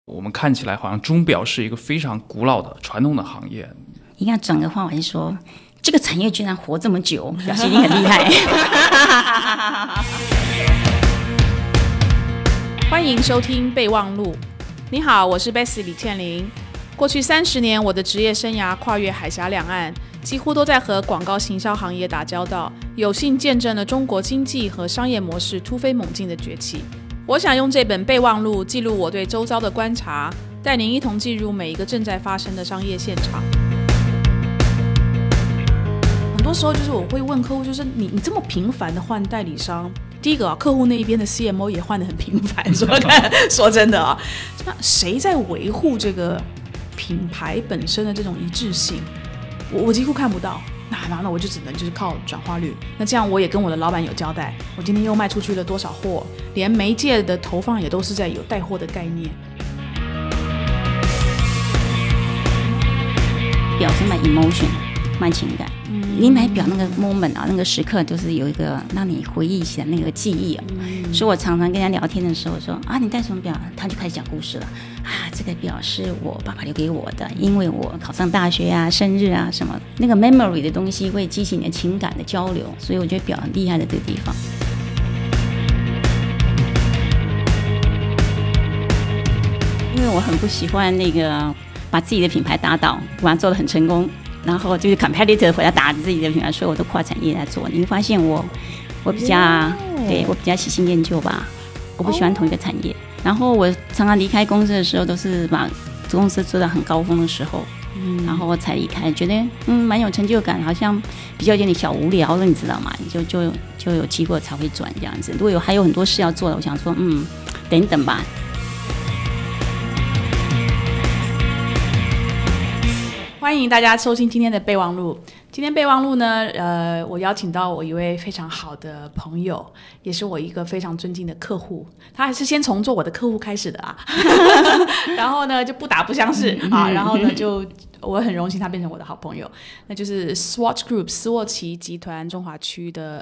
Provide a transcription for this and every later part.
我们看起来好像钟表是一个非常古老的传统的行业。 应该转个话来说，这个产业居然活这么久，表示一定很厉害。 欢迎收听备忘录。你好，我是 Bessie 李倩玲。过去30年，我的职业生涯跨越海峡两岸，几乎都在和广告行销行业打交道，有幸见证了中国经济和商业模式突飞猛进的崛起。我想用这本备忘录记录我对周遭的观察，带您一同进入每一个正在发生的商业现场。很多时候就是我会问客户，就是你这么频繁的换代理商，第一个客户那一边的 CMO 也换得很频繁，说真的啊，那谁在维护这个品牌本身的这种一致性？我几乎看不到。那我就只能就是靠转化率。那这样我也跟我的老板有交代，我今天又卖出去了多少货，连媒介的投放也都是在有带货的概念。 表是卖 emotion， 卖情感。你买表那个 moment 啊，那个时刻就是有一个让你回忆起来那个记忆啊。所以我常常跟人家聊天的时候说啊，你戴什么表？他就开始讲故事了啊。这个表是我爸爸留给我的，因为我考上大学啊、生日啊什么，那个 memory 的东西会激起你的情感的交流。所以我觉得表很厉害的这个地方。因为我很不喜欢那个把自己的品牌打倒，把它做得很成功。然后就是 competitor 回来打自己的品牌，所以我都跨产业在做。你会发现我比较对我比较喜新厌旧吧，我不喜欢同一个产业。然后我常常离开公司的时候，都是把公司做到很高峰的时候，然后我才离开，觉得蛮有成就感，好像比较有点小无聊了，你知道吗？就有机会才会转这样子。如果还有很多事要做的，我想说等一等吧。 欢迎大家收听今天的备忘录。今天备忘录呢，我邀请到我一位非常好的朋友，也是我一个非常尊敬的客户。他还是先从做我的客户开始的啊，然后呢就不打不相识啊，然后呢就我很荣幸他变成我的好朋友，那就是 Swatch Group 斯沃琪集团中华区的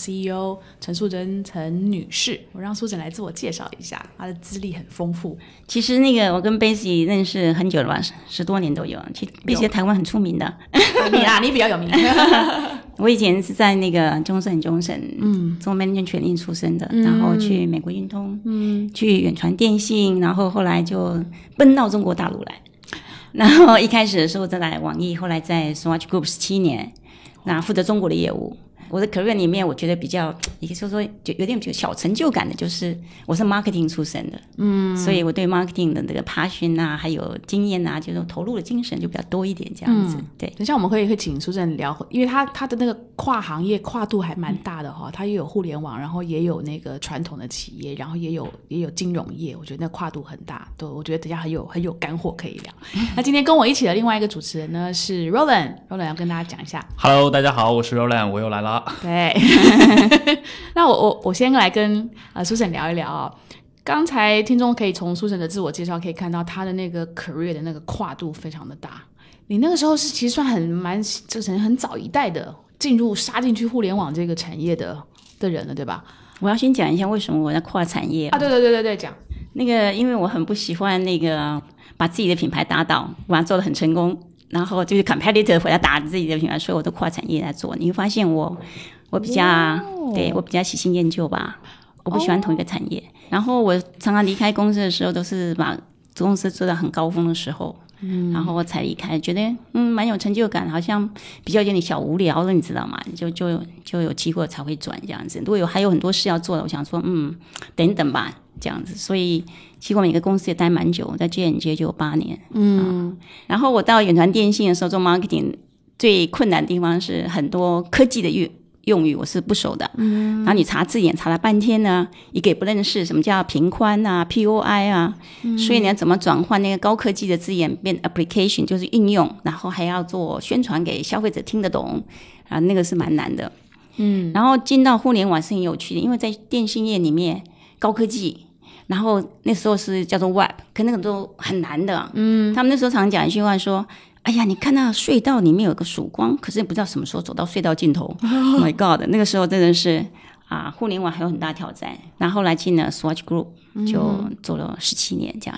CEO 陈素贞陈女士。我让素贞来自我介绍一下，她的资历很丰富。 其实那个我跟 Bessie 认识很久了吧，10多年都有。其实 Bessie 在台湾很出名的。 你比较有名。 我以前是在那个中盛中management training 出身的，然后去美国运通，去远传电信，然后后来就奔到中国大陆来。然后一开始的时候在网易，后来在 Swatch Group 17年，那负责中国的业务。我的 career 里面，我觉得比较，也就是说就有点小成就感的，就是我是 marketing 出身的，所以我对 marketing 的这个 passion 啊，还有经验啊，就是投入的精神就比较多一点这样子。对， 等一下我们会请苏正聊，因为他的那个跨行业跨度还蛮大的哈，他也有互联网，然后也有那个传统的企业，然后也有金融业，我觉得那跨度很大，对，我觉得等一下很有干货可以聊。那今天跟我一起的另外一个主持人呢是 Roland 要跟大家讲一下。 Hello， 大家好，我是 Roland， 我又来了。 对，那我先来跟Susan 聊一聊啊。刚才听众可以从 Susan 的自我介绍可以看到，她的那个 career 的那个跨度非常的大。你那个时候是其实算很早一代的杀进去互联网这个产业的人了，对吧？ 我要先讲一下为什么我在跨产业啊。 对，讲那个，因为我很不喜欢那个把自己的品牌打倒，把它做得很成功。然后就是 competitor 回来打自己的品牌，所以我都跨产业在做。你会发现我比较对我比较喜新厌旧吧，我不喜欢同一个产业。然后我常常离开公司的时候，都是把公司做到很高峰的时候，然后我才离开，觉得蛮有成就感，好像比较有点小无聊了，你知道吗？就有机会才会转这样子。如果还有很多事要做的，我想说等一等吧这样子。所以其实我每个公司也待蛮久，在 J&J 就有8年。然后我到远传电信的时候做 marketing， 最困难的地方是很多科技的用语我是不熟的，然后你查字典查了半天呢，一个也不认识什么叫频宽啊 POI 啊，所以你要怎么转换那个高科技的字眼变 application 就是应用，然后还要做宣传给消费者听得懂啊，那个是蛮难的。然后进到互联网是很有趣的，因为在电信业里面高科技，然后那时候是叫做 Web， 可那个都很难的。他们那时候常讲一句话说，哎呀，你看到隧道里面有个曙光，可是你不知道什么时候走到隧道尽头。Oh my God， 那个时候真的是互联网还有很大挑战。然后后来进了 Swatch Group， 就做了17年这样子。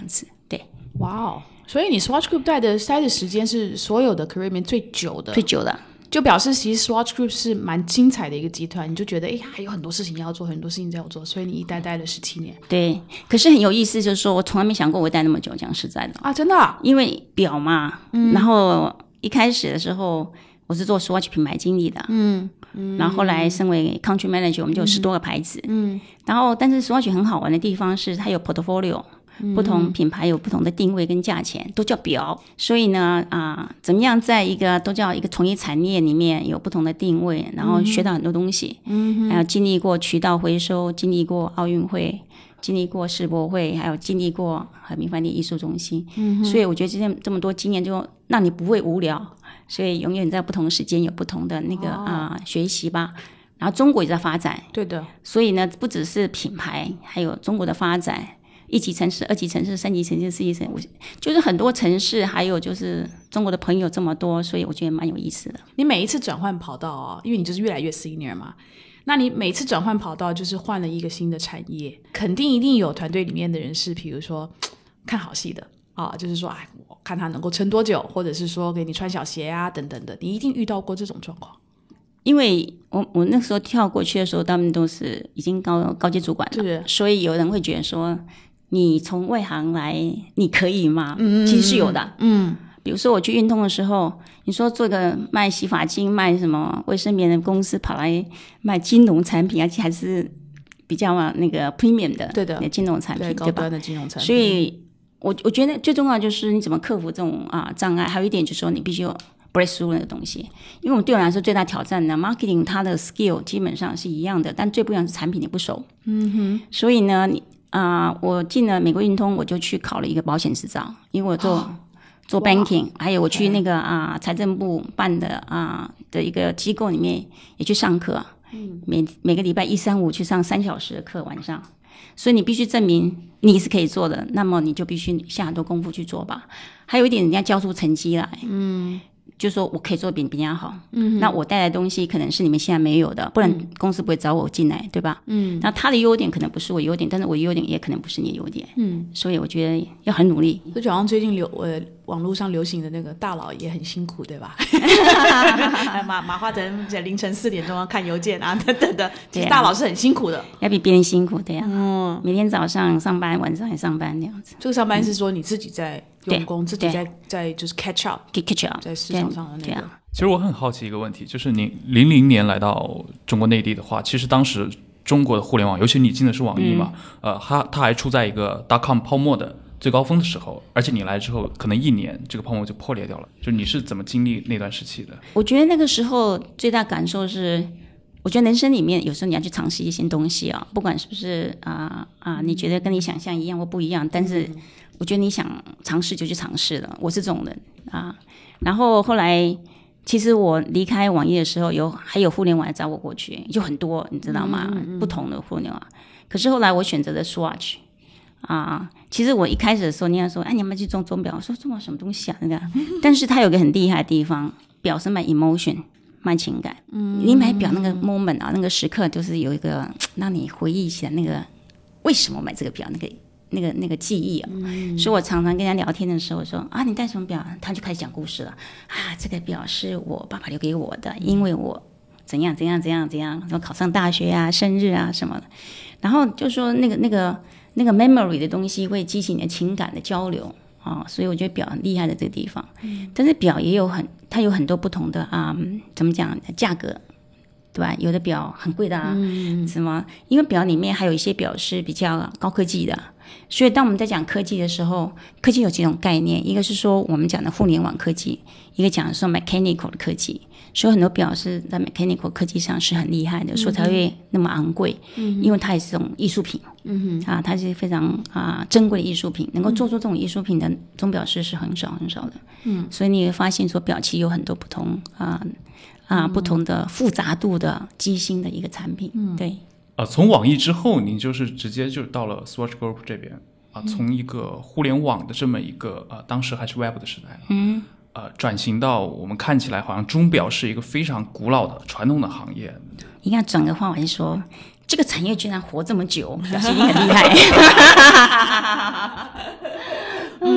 对， 哇哦！所以你 Swatch Group 待的时间是所有的 career 里面最久的， 最久的。 就表示其实 Swatch Group 是蛮精彩的一个集团，你就觉得还有很多事情要做，很多事情要做，所以你一待了17年。 对，可是很有意思，就是说我从来没想过我会待那么久，讲实在的啊，真的啊？ 因为表嘛，然后一开始的时候我是做 Swatch 品牌经理的，然后后来升为 Country Manager， 我们就有10多个牌子，然后但是 Swatch 很好玩的地方是它有 portfolio。不同品牌有不同的定位跟价钱，都叫表。所以呢，怎么样在一个都叫一个从业产业里面有不同的定位，然后学到很多东西。还有经历过渠道回收，经历过奥运会，经历过世博会，还有经历过和平饭店艺术中心。所以我觉得这么多经验就让你不会无聊，所以永远在不同的时间有不同的那个学习吧。然后中国也在发展， 对的。 所以呢，不只是品牌，还有中国的发展。1级城市、2级城市、3级城市、4级城市，就是很多城市，还有就是中国的朋友这么多，所以我觉得蛮有意思的。 你每一次转换跑道因为你就是越来越 senior 嘛，那你每次转换跑道就是换了一个新的产业，肯定一定有团队里面的人是，比如说看好戏的就是说，我看他能够撑多久，或者是说给你穿小鞋等等的，你一定遇到过这种状况。 因为我那时候跳过去的时候，他们都是已经高阶主管了，所以有人会觉得说，你从外行来，你可以吗？其实是有的。比如说我去运动的时候，你说做个卖洗发精、卖什么卫生棉的公司，跑来卖金融产品，而且还是比较那个 premium 的， 对的金融产品， 对高端的金融产品。 所以我觉得最重要就是你怎么克服这种障碍，还有一点就是说你必须有 break through 那个东西。因为我们对我来说最大挑战呢 ，marketing 它的 skill 基本上是一样的，但最不一样是产品你不熟。所以呢，我进了美国运通，我就去考了一个保险执照，因为我做 banking， 还有我去那个财政部办的一个机构里面也去上课，每个礼拜1、3、5去上3小时的课晚上，所以你必须证明你是可以做的，那么你就必须下很多功夫去做吧。还有一点，人家交出成绩来，就说我可以做比人家好，那我带来的东西可能是你们现在没有的，不然公司不会找我进来，对吧？那他的优点可能不是我优点，但是我优点也可能不是你的优点，所以我觉得要很努力。 就好像最近网络上流行的那个大佬也很辛苦，对吧？马化腾在凌晨4点钟要看邮件等等的，其实大佬是很辛苦的， 要比别人辛苦的呀。每天早上上班，晚上也上班这样子。 这个上班是说你自己在用功，自己在就是 catch up， 在市场上的那个。 其实我很好奇一个问题，就是你00年来到中国内地的话，其实当时中国的互联网，尤其你进的是网易嘛，它还处在一个 .com 泡沫的最高峰的时候，而且你来之后可能1年这个泡沫就破裂掉了，就你是怎么经历那段时期的？ 我觉得那个时候最大感受是，我觉得人生里面有时候你要去尝试一些东西不管是不是你觉得跟你想象一样或不一样，但是我觉得你想尝试就去尝试了，我是这种人然后后来其实我离开网页的时候还有互联网来找我过去，就很多你知道吗？不同的互联网。可是后来我选择了 Swatch其实我一开始的时候，人家说你要不要去做钟表？我说钟表什么东西那个但是它有个很厉害的地方，表是卖 emotion， 卖情感。你买表那个 moment 那个时刻，就是有一个让你回忆起来那个为什么买这个表那个记忆所以我常常跟人家聊天的时候说你戴什么表？他就开始讲故事了这个表是我爸爸留给我的，因为我怎样什么考上大学生日什么的，然后就说那个 memory 的东西会激起你的情感的交流所以我觉得表很厉害的这个地方。但是表也有它有很多不同的怎么讲价格，对吧？有的表很贵的什么？因为表里面还有一些表是比较高科技的，所以当我们在讲科技的时候，科技有几种概念，一个是说我们讲的互联网科技，一个讲的说 mechanical 的科技。所以很多表是在 mechanical 科技上是很厉害的，所以才会那么昂贵，因为它也是种艺术品，它是非常珍贵的艺术品，能够做出这种艺术品的钟表师是很少很少的，所以你会发现说表其实有很多不同不同的复杂度的机芯的一个产品，对。 从网易之后，你就是直接就到了 Swatch Group 这边从一个互联网的这么一个当时还是 Web 的时代转型到我们看起来好像钟表是一个非常古老的传统的行业。 应该转个话来说，这个产业居然活这么久，表示一定很厉害。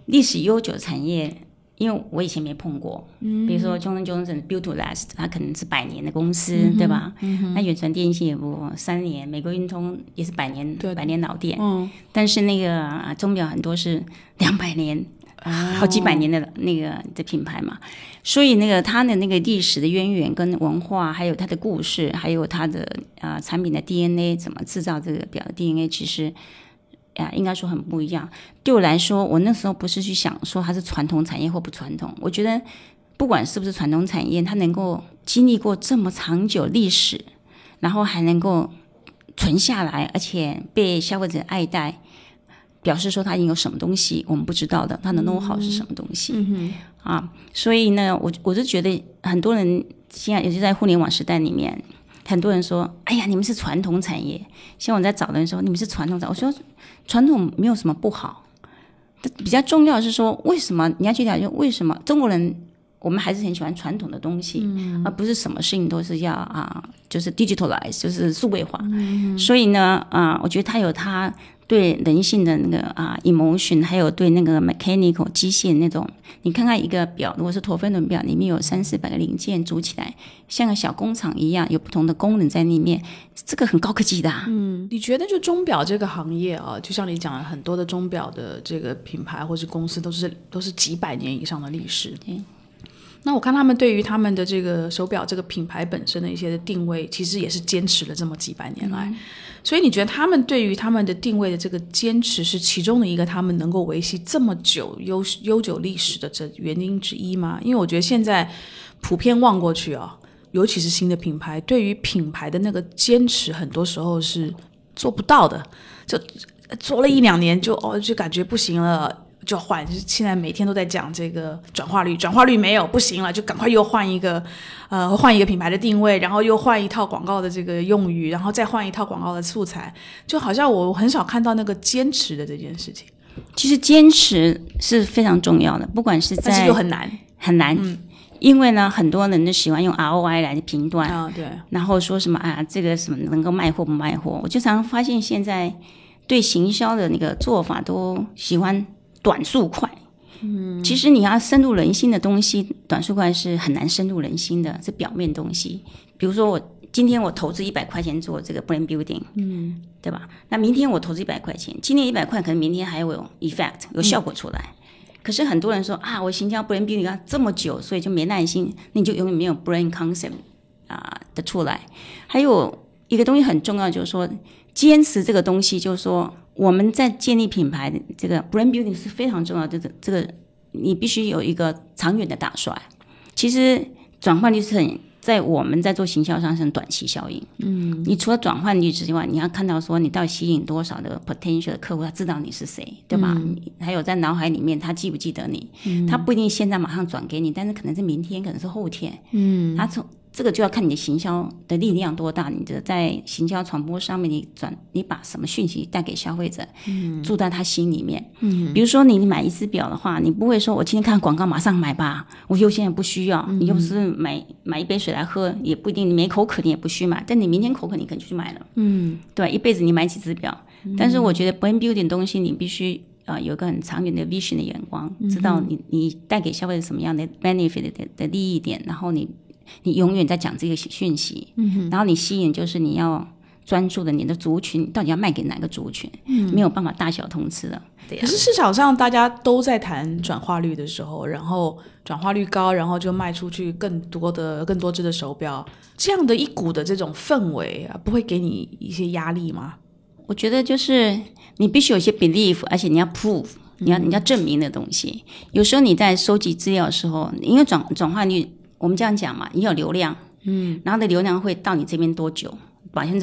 历史悠久的产业，因为我以前没碰过，比如说 Johnson Build to Last， 它可能是100年的公司，对吧？那远传电信也不3年，美国运通也是100年老店，但是那个钟表很多是200年。好几百年的那个的品牌嘛，所以那个它的那个历史的渊源跟文化，还有它的故事，还有它的产品的 DNA 怎么制造这个表的 DNA， 其实应该说很不一样。对我来说，我那时候不是去想说它是传统产业或不传统，我觉得不管是不是传统产业，它能够经历过这么长久历史，然后还能够存下来，而且被消费者爱戴。表示说它已经有什么东西我们不知道的，它的 know-how 是什么东西、所以呢我就觉得很多人现在尤其在互联网时代里面，很多人说哎呀你们是传统产业，像我在找的人说你们是传统产业，我说传统没有什么不好，比较重要的是说为什么你要去了解为什么中国人我们还是很喜欢传统的东西、而不是什么事情都是要就是 digitalize 就是数位化、所以呢我觉得它有它对人性的那个emotion， 还有对那个 mechanical 机械那种，你看看一个表，如果是陀飞轮表，里面有300-400个零件组起来，像个小工厂一样，有不同的功能在里面，这个很高科技的。 你觉得就钟表这个行业就像你讲的，很多的钟表的这个品牌或是公司都是几百年以上的历史。 对。 那我看他们对于他们的这个手表这个品牌本身的一些的定位，其实也是坚持了这么几百年来。所以你觉得他们对于他们的定位的这个坚持是其中的一个他们能够维系这么久悠久历史的这原因之一吗？因为我觉得现在普遍望过去尤其是新的品牌，对于品牌的那个坚持很多时候是做不到的，就做了1-2年就感觉不行了就换，现在每天都在讲这个转化率没有不行了，就赶快又换一个品牌的定位，然后又换一套广告的这个用语，然后再换一套广告的素材，就好像我很少看到那个坚持的这件事情。 其实坚持是非常重要的，不管是在但是又很难很难、因为呢很多人都喜欢用 ROI 来评断对， 然后说什么这个什么能够卖货不卖货，我就常常发现现在对行销的那个做法都喜欢短速快，其实你要深入人心的东西，短速快是很难深入人心的，是表面东西。比如说今天我投资100块钱做这个 brand building，对吧？那明天我投资100块钱，今天100块，可能明天还有 effect 有效果出来。可是很多人说我行销 brand building 要这么久，所以就没耐心，那你就永远没有 brand concept 的出来。还有一个东西很重要，就是说坚持这个东西，就是说我们在建立品牌的这个 brand building 是非常重要的，这个你必须有一个长远的打算。其实转换率是在我们在做行销上是很短期效应。你除了转换率之外，你要看到说你到底吸引多少的 potential 的客户，他知道你是谁，对吧？还有在脑海里面他记不记得你，他不一定现在马上转给你，但是可能是明天，可能是后天。他从这个就要看你的行销的力量多大，你的在行销传播上面你把什么讯息带给消费者，住在他心里面。比如说你买一只表的话，你不会说我今天看广告马上买吧，我现在不需要。你又不是买一杯水来喝，也不一定，你没口渴你也不需买，但你明天口渴你可能就去买了。对，一辈子你买几只表。但是我觉得 brand building 东西你必须有一个很长远的 vision 的眼光，知道你带给消费者什么样的 benefit 的利益点，然后你永远在讲这个讯息，然后你吸引就是你要专注的你的族群到底要卖给哪个族群，没有办法大小通吃的。 可是市场上大家都在谈转化率的时候，然后转化率高，然后就卖出去更多只的手表，这样的一股的这种氛围不会给你一些压力吗？ 我觉得就是你必须有一些 belief， 而且你要 prove， 你要证明的东西。有时候你在收集资料的时候，因为转化率我们这样讲嘛，你有流量，然后的流量会到你这边多久，%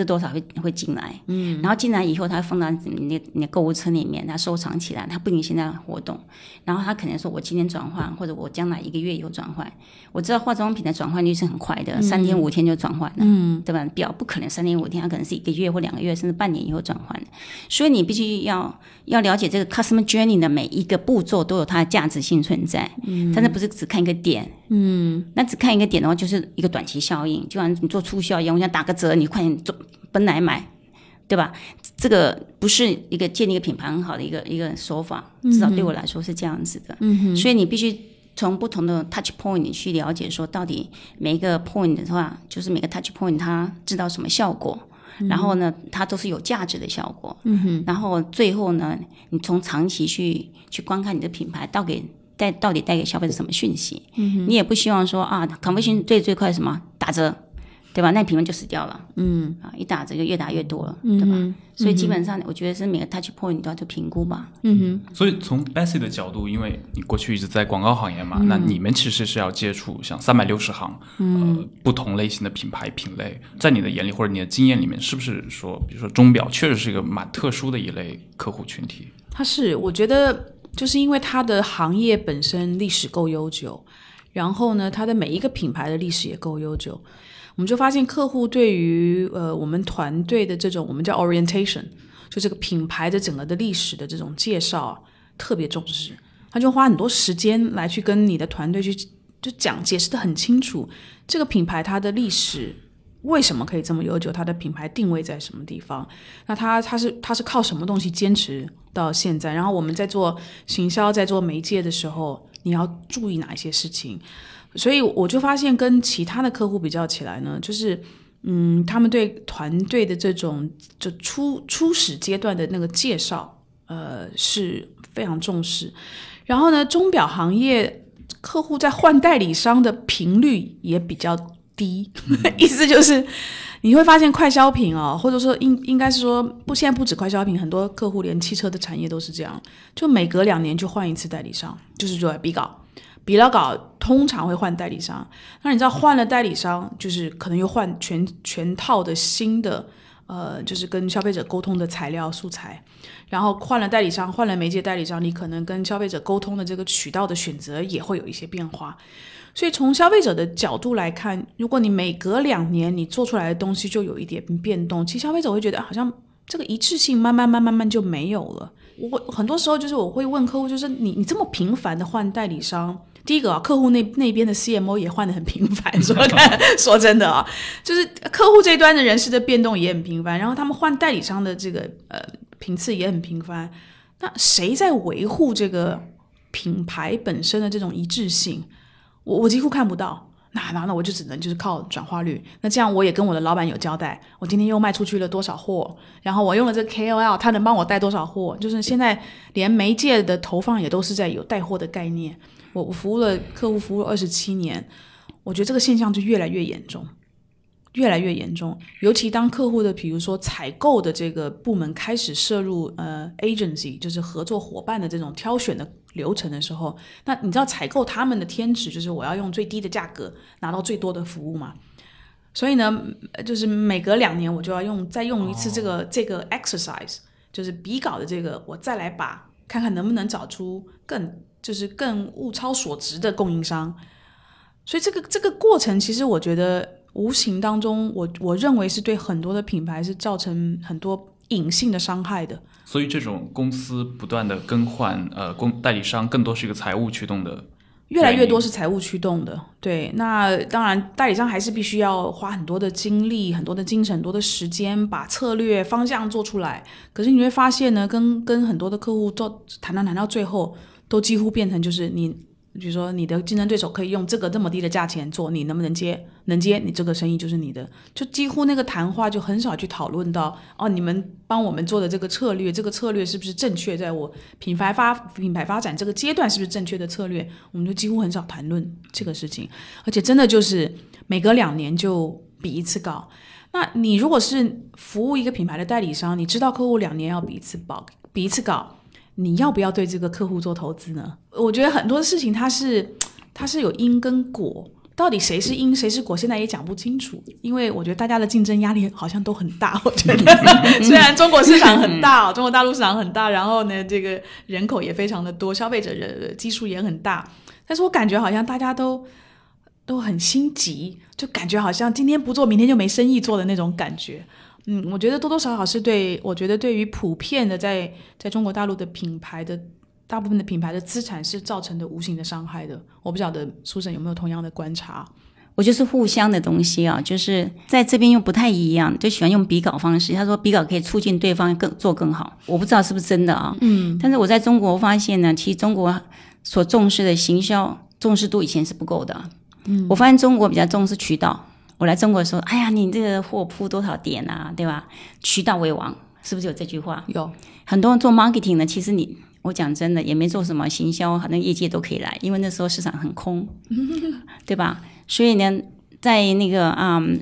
多少会进来，然后进来以后，它会放到你的购物车里面，它收藏起来，它不一定现在活动，然后它可能说我今天转换，或者我将来1个月有转换。我知道化妆品的转换率是很快的，3天5天就转换了，对吧？表不可能3天5天，它可能是1个月或2个月，甚至半年以后转换的。所以你必须要了解这个 customer journey 的每一个步骤都有它的价值性存在，但是不是只看一个点，那只看一个点的话，就是一个短期效应，就像你做促销一样，我想打个折，你快点奔来买，对吧？ 这个不是一个建立一个品牌很好的一个手法，至少对我来说是这样子的。所以你必须从不同的 touch point 去了解说到底每一个 point 的话，就是每个 touch point 它知道什么效果，然后呢它都是有价值的效果。然后最后呢你从长期去观看你的品牌到底带给消费者什么讯息。你也不希望说conversion 最快是什么打折，对吧？那品牌就死掉了。一打折就越打越多了，对吧？所以基本上我觉得是每个 touch point 都要去评估吧。 所以从 Bessy 的角度，因为你过去一直在广告行业嘛，那你们其实是要接触像360行不同类型的品牌品类，在你的眼里或者你的经验里面，是不是说比如说钟表确实是一个蛮特殊的一类客户群体？ 我觉得就是因为它的行业本身历史够悠久，然后呢它的每一个品牌的历史也够悠久，我们就发现客户对于我们团队的这种我们叫 orientation， 就这个品牌的整个的历史的这种介绍特别重视，他就花很多时间来去跟你的团队去就解释得很清楚，这个品牌它的历史为什么可以这么悠久，它的品牌定位在什么地方，那它是靠什么东西坚持到现在，然后我们在做行销在做媒介的时候你要注意哪一些事情。所以我就发现跟其他的客户比较起来呢，就是他们对团队的这种就初始阶段的那个介绍是非常重视。然后呢钟表行业客户在换代理商的频率也比较低意思就是你会发现快消品或者说应该是说现在不止快消品，很多客户连汽车的产业都是这样，就每隔2年就换一次代理商，就是说比了稿通常会换代理商，那你知道换了代理商就是可能又换全套的新的就是跟消费者沟通的材料素材，然后换了代理商换了媒介代理商，你可能跟消费者沟通的这个渠道的选择也会有一些变化。所以从消费者的角度来看，如果你每隔2年你做出来的东西就有一点变动，其实消费者会觉得好像这个一致性慢慢就没有了。我很多时候就是我会问客户，就是你这么频繁的换代理商，第一个客户那边的 CMO 也换得很频繁，说真的就是客户这端的人事的变动也很频繁，然后他们换代理商的这个频次也很频繁，那谁在维护这个品牌本身的这种一致性？我几乎看不到。那我就只能就是靠转化率，那这样我也跟我的老板有交代，我今天又卖出去了多少货，然后我用了这个 KOL 他能帮我带多少货，就是现在连媒介的投放也都是在有带货的概念。我服务了客户服务了27年，我觉得这个现象就越来越严重，尤其当客户的比如说采购的这个部门开始涉入agency 就是合作伙伴的这种挑选的流程的时候，那你知道采购他们的天职就是我要用最低的价格拿到最多的服务嘛，所以呢就是每隔2年我就要再用一次这个 exercise， 就是比稿的这个我再来看看能不能找出更物超所值的供应商。所以这个过程其实我觉得无形当中我认为是对很多的品牌是造成很多隐性的伤害的。 所以这种公司不断的更换代理商更多是一个财务驱动的， 越来越多是财务驱动的。对，那当然代理商还是必须要花很多的精力很多的精神很多的时间把策略方向做出来，可是你会发现呢跟很多的客户谈到最后都几乎变成就是比如说你的竞争对手可以用这么低的价钱做，你能不能接？能接，你这个生意就是你的，就几乎那个谈话就很少去讨论到你们帮我们做的这个策略，这个策略是不是正确，在我品牌发展这个阶段是不是正确的策略，我们就几乎很少谈论这个事情，而且真的就是每隔2年就比一次高。那你如果是服务一个品牌的代理商，你知道客户2年要比一次高，你要不要对这个客户做投资呢？我觉得很多事情它是有因跟果，到底谁是因谁是果现在也讲不清楚，因为我觉得大家的竞争压力好像都很大。我觉得虽然中国市场很大中国大陆市场很大，然后呢这个人口也非常的多，消费者基数也很大，但是我感觉好像大家都很心急，就感觉好像今天不做明天就没生意做的那种感觉。我觉得多多少少是我觉得对于普遍的在中国大陆的品牌的大部分的品牌的资产是造成的无形的伤害的。我不晓得Susan有没有同样的观察。 我就是互相的东西啊，就是在这边又不太一样，就喜欢用比稿方式。他说比稿可以促进对方做更好，我不知道是不是真的啊。但是我在中国发现呢，其实中国所重视的行销重视度以前是不够的。我发现中国比较重视渠道。我来中国的时候，哎呀，你这个货铺多少点啊，对吧？渠道为王，是不是有这句话？ 有很多人做 marketing 呢，其实我讲真的也没做什么行销，好像业界都可以来，因为那时候市场很空，对吧？所以呢，在那个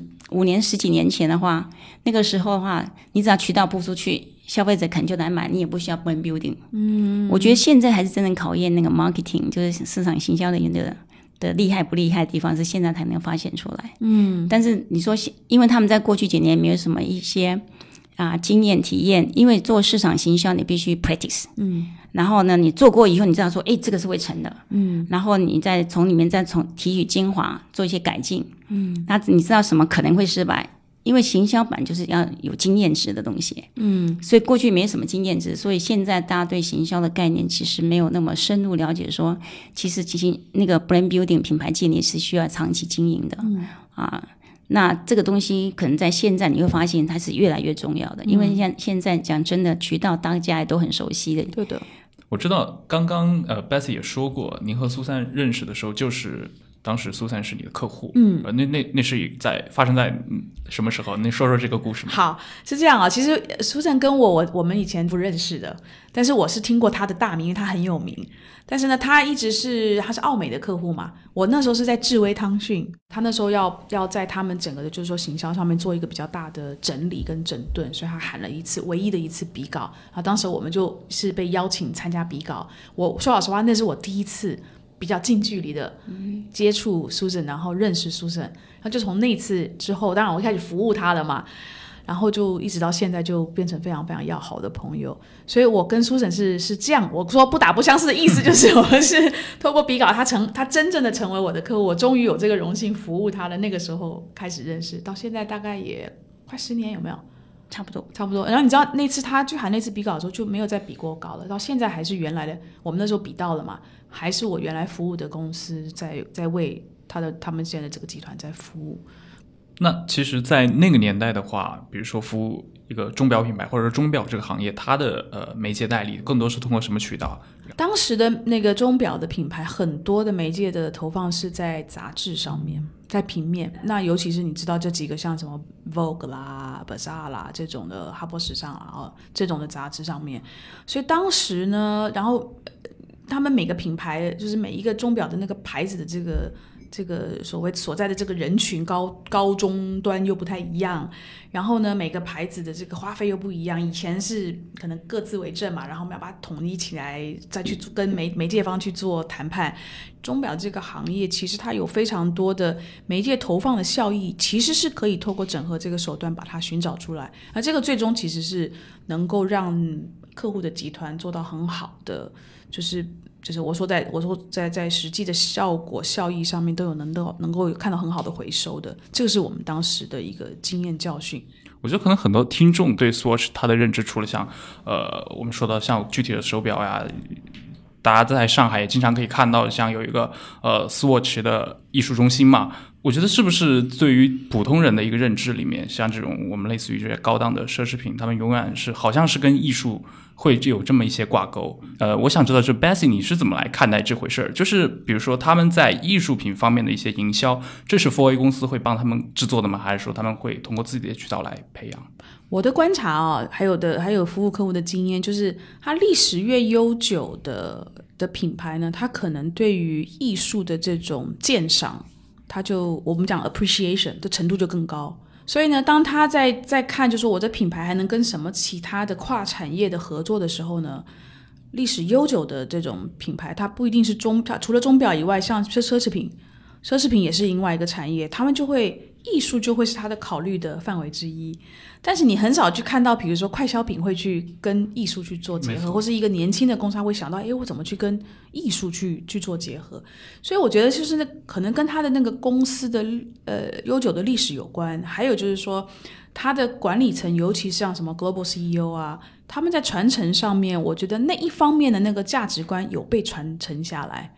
5年10几年前的话，那个时候的话，你只要渠道铺出去，消费者肯就来买，你也不需要 brand building。我觉得现在还是真正考验那个 marketing， 就是市场行销的厉害不厉害的地方，是现在才能发现出来。但是你说，因为他们在过去几年没有什么一些经验体验，因为做市场行销你必须 practice。然后呢，你做过以后，你知道说，这个是会成的。然后你再从里面提取精华，做一些改进。那你知道什么可能会失败？因为行销版就是要有经验值的东西。所以过去没什么经验值，所以现在大家对行销的概念其实没有那么深入了解说，其实那个 brand building 品牌建立是需要长期经营的。那这个东西可能在现在你会发现它是越来越重要的，因为现在讲真的，渠道大家也都很熟悉的。 对的。 我知道刚刚Bessy 也说过，您和苏珊认识的时候，就是当时苏珊是你的客户。那是发生在什么时候？你说说这个故事吗？ 好，是这样啊。其实苏珊跟我们以前不认识的，但是我是听过她的大名，因为她很有名。但是呢，她是奥美的客户嘛。我那时候是在智威汤逊，她那时候要在他们整个的就是说行销上面做一个比较大的整理跟整顿，所以她喊了唯一的一次比稿。当时我们就是被邀请参加比稿。我说老实话，那是我第一次比较近距离的接触 Susan， 然后认识 Susan， 然后就从那次之后，当然我开始服务她了嘛，然后就一直到现在就变成非常非常要好的朋友。所以我跟 Susan 是这样，我说不打不相识的意思就是我们是透过比稿，他真正的成为我的客户，我终于有这个荣幸服务他了。那个时候开始认识，到现在大概也快10年，有没有？差不多。然后你知道那次他去喊那次比稿的时候就没有再比过稿了，到现在还是原来的，我们那时候比到了嘛，还是我原来服务的公司在为他们现在的这个集团在服务。 那其实在那个年代的话，比如说服务一个钟表品牌或者说钟表这个行业，它的媒介代理更多是通过什么渠道？ 当时的那个钟表的品牌很多的媒介的投放是在杂志上面，在平面。那尤其是你知道这几个像什么 Vogue 啦 Bazaar 啦这种的哈勃时尚啦这种的杂志上面。所以当时呢，然后他们每个品牌就是每一个钟表的那个牌子的这个所在的这个人群高中端又不太一样，然后呢每个牌子的这个花费又不一样。以前是可能各自为政嘛，然后我们要把它统一起来，再去跟媒介方去做谈判。钟表这个行业其实它有非常多的媒介投放的效益，其实是可以透过整合这个手段把它寻找出来，而这个最终其实是能够让客户的集团做到很好的，就是我说在实际的效果效益上面都有能够有看到很好的回收的，这个是我们当时的一个经验教训。 我觉得可能很多听众对 Swatch 它的认知，除了像我们说到像具体的手表呀，大家在上海也经常可以看到像有一个Swatch 的艺术中心嘛。我觉得是不是对于普通人的一个认知里面，像这种我们类似于这些高档的奢侈品，他们永远是好像是跟艺术会有这么一些挂钩。我想知道这 Bessy 你是怎么来看待这回事儿？就是比如说他们在艺术品方面的一些营销，这是 4A 公司会帮他们制作的吗？还是说他们会通过自己的渠道来培养？ 我的观察啊，还有服务客户的经验，就是它历史越悠久的品牌呢，它可能对于艺术的这种鉴赏，它就我们讲 appreciation 的程度就更高。所以呢，当他在看就是我的品牌还能跟什么其他的跨产业的合作的时候呢，历史悠久的这种品牌，它不一定是它除了钟表以外，像奢侈品也是另外一个产业，他们艺术就会是他的考虑的范围之一。但是你很少去看到比如说快消品会去跟艺术去做结合，或是一个年轻的公司会想到我怎么去跟艺术去做结合。所以我觉得就是可能跟他的那个公司的悠久的历史有关，还有就是说他的管理层，尤其像什么 Global CEO 啊，他们在传承上面，我觉得那一方面的那个价值观有被传承下来。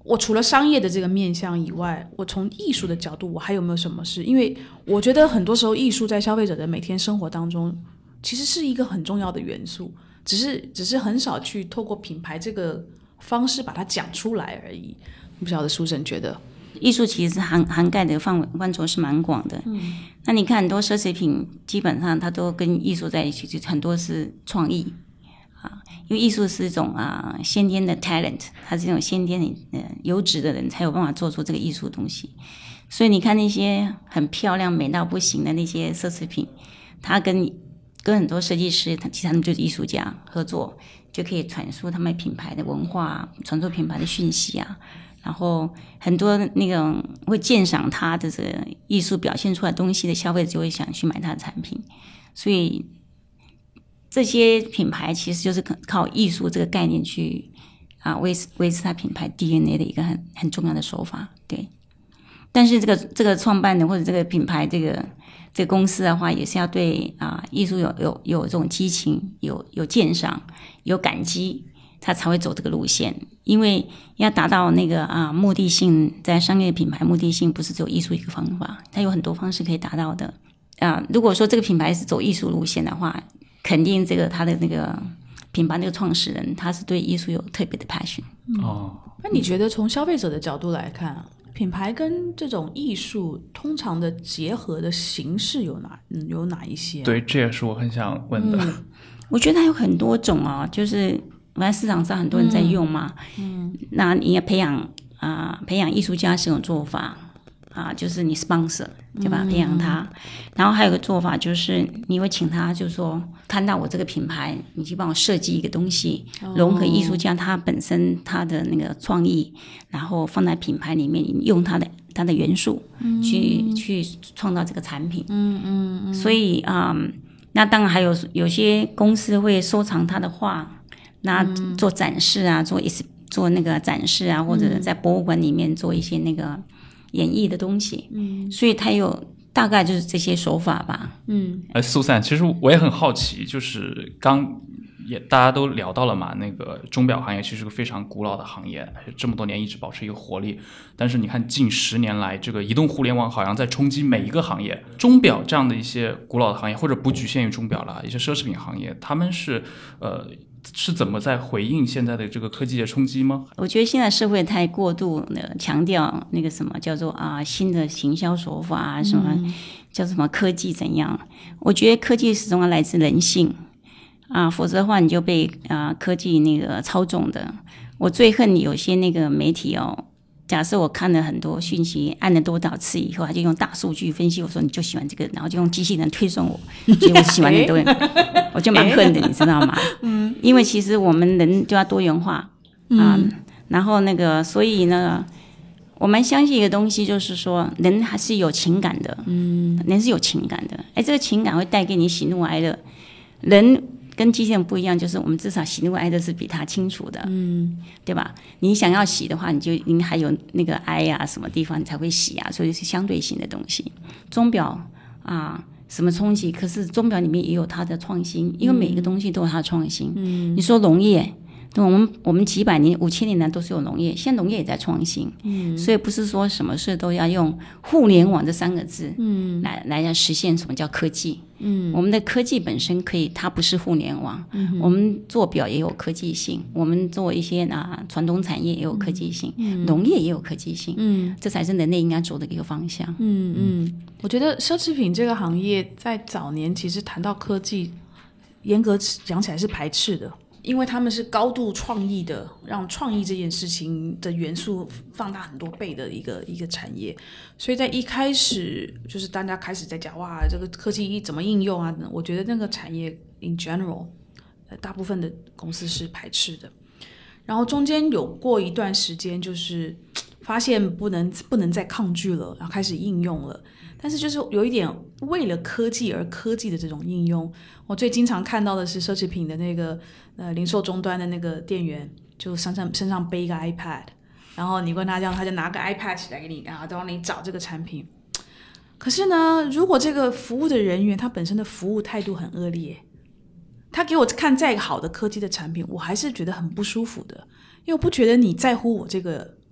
我除了商业的这个面向以外，我从艺术的角度，我还有没有什么事？因为我觉得很多时候艺术在消费者的每天生活当中，其实是一个很重要的元素，只是很少去透过品牌这个方式把它讲出来而已。不晓得苏神觉得？ 艺术其实涵盖的范畴是蛮广的。那你看很多奢侈品，基本上它都跟艺术在一起，就很多是创意啊，因为艺术是一种先天的 talent， 它是一种先天的有质的人才有办法做出这个艺术的东西。所以你看那些很漂亮、美到不行的那些奢侈品，它跟很多设计师，其实他们就是艺术家合作，就可以传输他们品牌的文化，传输品牌的讯息啊。然后很多那种会鉴赏他的这个艺术表现出来的东西的消费者就会想去买他的产品，所以这些品牌其实就是靠艺术这个概念去维持它品牌 DNA 的一个很重要的手法。对，但是这个创办人或者这个品牌这个公司的话，也是要对艺术有这种激情，有鉴赏，有感激，他才会走这个路线。因为要达到那个目的性，在商业品牌目的性不是只有艺术一个方法，它有很多方式可以达到的。如果说这个品牌是走艺术路线的话，肯定这个他的那个品牌那个创始人他是对艺术有特别的 passion。 那你觉得从消费者的角度来看，品牌跟这种艺术通常的结合的形式有哪一些？ 对，这也是我很想问的。 我觉得它有很多种就是反正市场上很多人在用嘛。那你要培养艺术家是种做法就是你 sponsor 对吧？培养他。然后还有个做法就是你会请他，就是说看到我这个品牌，你去帮我设计一个东西，融合艺术家他本身他的那个创意，然后放在品牌里面，用他的元素去创造这个产品。所以那当然还有些公司会收藏他的画，那做展示做那个展示或者在博物馆里面做一些那个演绎的东西。所以它有大概就是这些手法吧。 苏珊，其实我也很好奇，就是也大家都聊到了嘛，那个钟表行业其实是个非常古老的行业，这么多年一直保持一个活力。但是你看近10年来，这个移动互联网好像在冲击每一个行业。钟表这样的一些古老的行业，或者不局限于钟表了，一些奢侈品行业，他们是怎么在回应现在的这个科技的冲击吗？ 我觉得现在社会太过度强调那个什么叫做新的行销手法什么叫什么科技怎样。我觉得科技始终要来自人性否则的话你就被科技那个操纵的。我最恨有些那个媒体假设我看了很多讯息，按了多少次以后，他就用大数据分析我说你就喜欢这个，然后就用机器人推送我，所以我喜欢很多人我就蛮恨的你知道吗？因为其实我们人就要多元化然后那个所以呢我们相信一个东西，就是说人还是有情感的。人是有情感的，这个情感会带给你喜怒哀乐。人跟机器人不一样，就是我们至少喜怒哀乐是比他清楚的，对吧？你想要喜的话，你还有那个哀什么地方你才会喜所以是相对性的东西。钟表什么冲击，可是钟表里面也有它的创新，因为每一个东西都有它的创新。你说农业，我们几百年、5000年来都是有农业，现在农业也在创新。所以不是说什么事都要用互联网这3个字来实现什么叫科技。我们的科技本身可以，它不是互联网。我们做表也有科技性，我们做一些传统产业也有科技性，农业也有科技性。这才是人类应该走的一个方向。 我觉得奢侈品这个行业在早年其实谈到科技，严格讲起来是排斥的。因为他们是高度创意的，让创意这件事情的元素放大很多倍的一个产业，所以在一开始就是大家开始在讲哇，这个科技怎么应用我觉得那个产业 in general 大部分的公司是排斥的。然后中间有过一段时间，就是发现不能再抗拒了，然后开始应用了。但是就是有一点为了科技而科技的这种应用，我最经常看到的是奢侈品的那个零售终端的那个店员，就身上背一个 iPad， 然后你问他这样，他就拿个 iPad 起来给你，然后帮你找这个产品。可是呢，如果这个服务的人员他本身的服务态度很恶劣，他给我看再好的科技的产品，我还是觉得很不舒服的，因为我不觉得你在乎我这个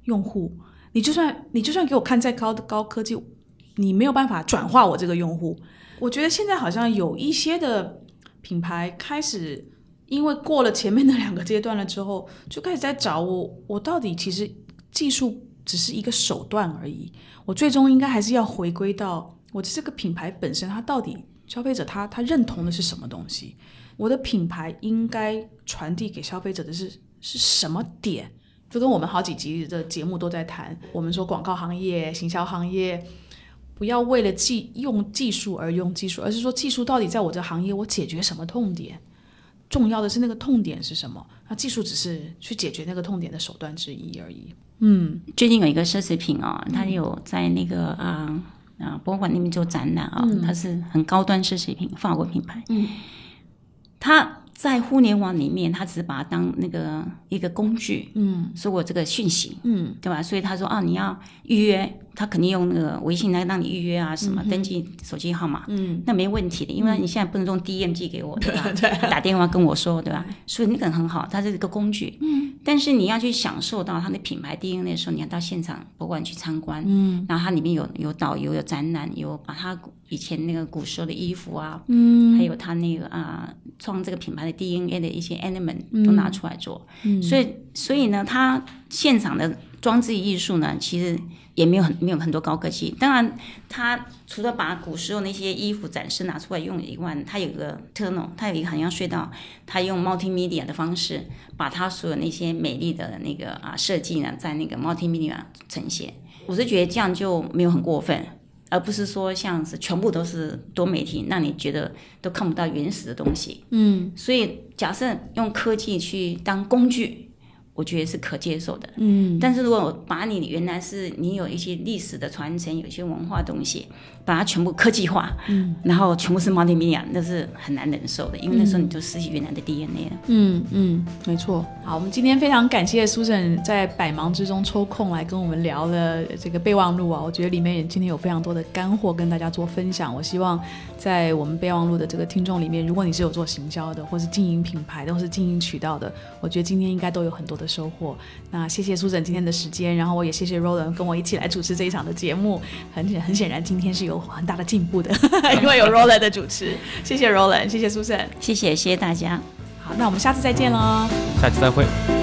用户，你就算给我看再高的高科技，你没有办法转化我这个用户。我觉得现在好像有一些的品牌开始，因为过了前面的2个阶段了之后，就开始在找我到底其实技术只是一个手段而已，我最终应该还是要回归到我这个品牌本身，它到底消费者他认同的是什么东西，我的品牌应该传递给消费者的是什么点。就跟我们好几集的节目都在谈，我们说广告行业、行销行业不要为了用技术而用技术，而是说技术到底在我这行业我解决什么痛点，重要的是那个痛点是什么，那技术只是去解决那个痛点的手段之一而已。 最近有一个奢侈品它有在那个博物馆那边做展览它是很高端奢侈品，法国品牌。它在互联网里面，它只是把它当那个一个工具，说我这个讯息，对吧？所以他说你要预约，他肯定用那个微信来让你预约什么登记手机号码，那没问题的，因为你现在不能用 DM 寄给我，对吧？打电话跟我说，对吧？所以那个很好，它是一个工具，但是你要去享受到它的品牌 DNA 的时候，你要到现场博物馆去参观，然后它里面有导游、有展览，有把它以前那个古时候的衣服还有它那个创这个品牌的 DNA 的一些 element 都拿出来做，所以呢，它现场的装置艺术呢，其实也没有很多高科技。当然，它除了把古时候那些衣服展示拿出来用以外，它有个 tunnel， 它有一个很像隧道，它用 multimedia 的方式，把它所有那些美丽的那个设计呢，在那个 multimedia 呈现。我是觉得这样就没有很过分。而不是说像是全部都是多媒体，让你觉得都看不到原始的东西。所以假设用科技去当工具，我觉得是可接受的。但是如果我把你原来是你有一些历史的传承，有一些文化东西，把它全部科技化，然后全部是 multimedia， 那是很难忍受的，因为那时候你就失去原来的 DNA 了。 没错。好，我们今天非常感谢 Susan 在百忙之中抽空来跟我们聊了这个备忘录我觉得里面今天有非常多的干货跟大家做分享。我希望在我们备忘录的这个听众里面，如果你是有做行销的，或是经营品牌的，或是经营渠道的，我觉得今天应该都有很多的收获。那谢谢 Susan 今天的时间，然后我也谢谢 Roland 跟我一起来主持这一场的节目。很显然今天是有很大的进步的因为有 Roland 的主持。谢谢 Roland， 谢谢 Susan， 谢谢大家。 好，那我们下次再见咯。 下期再会。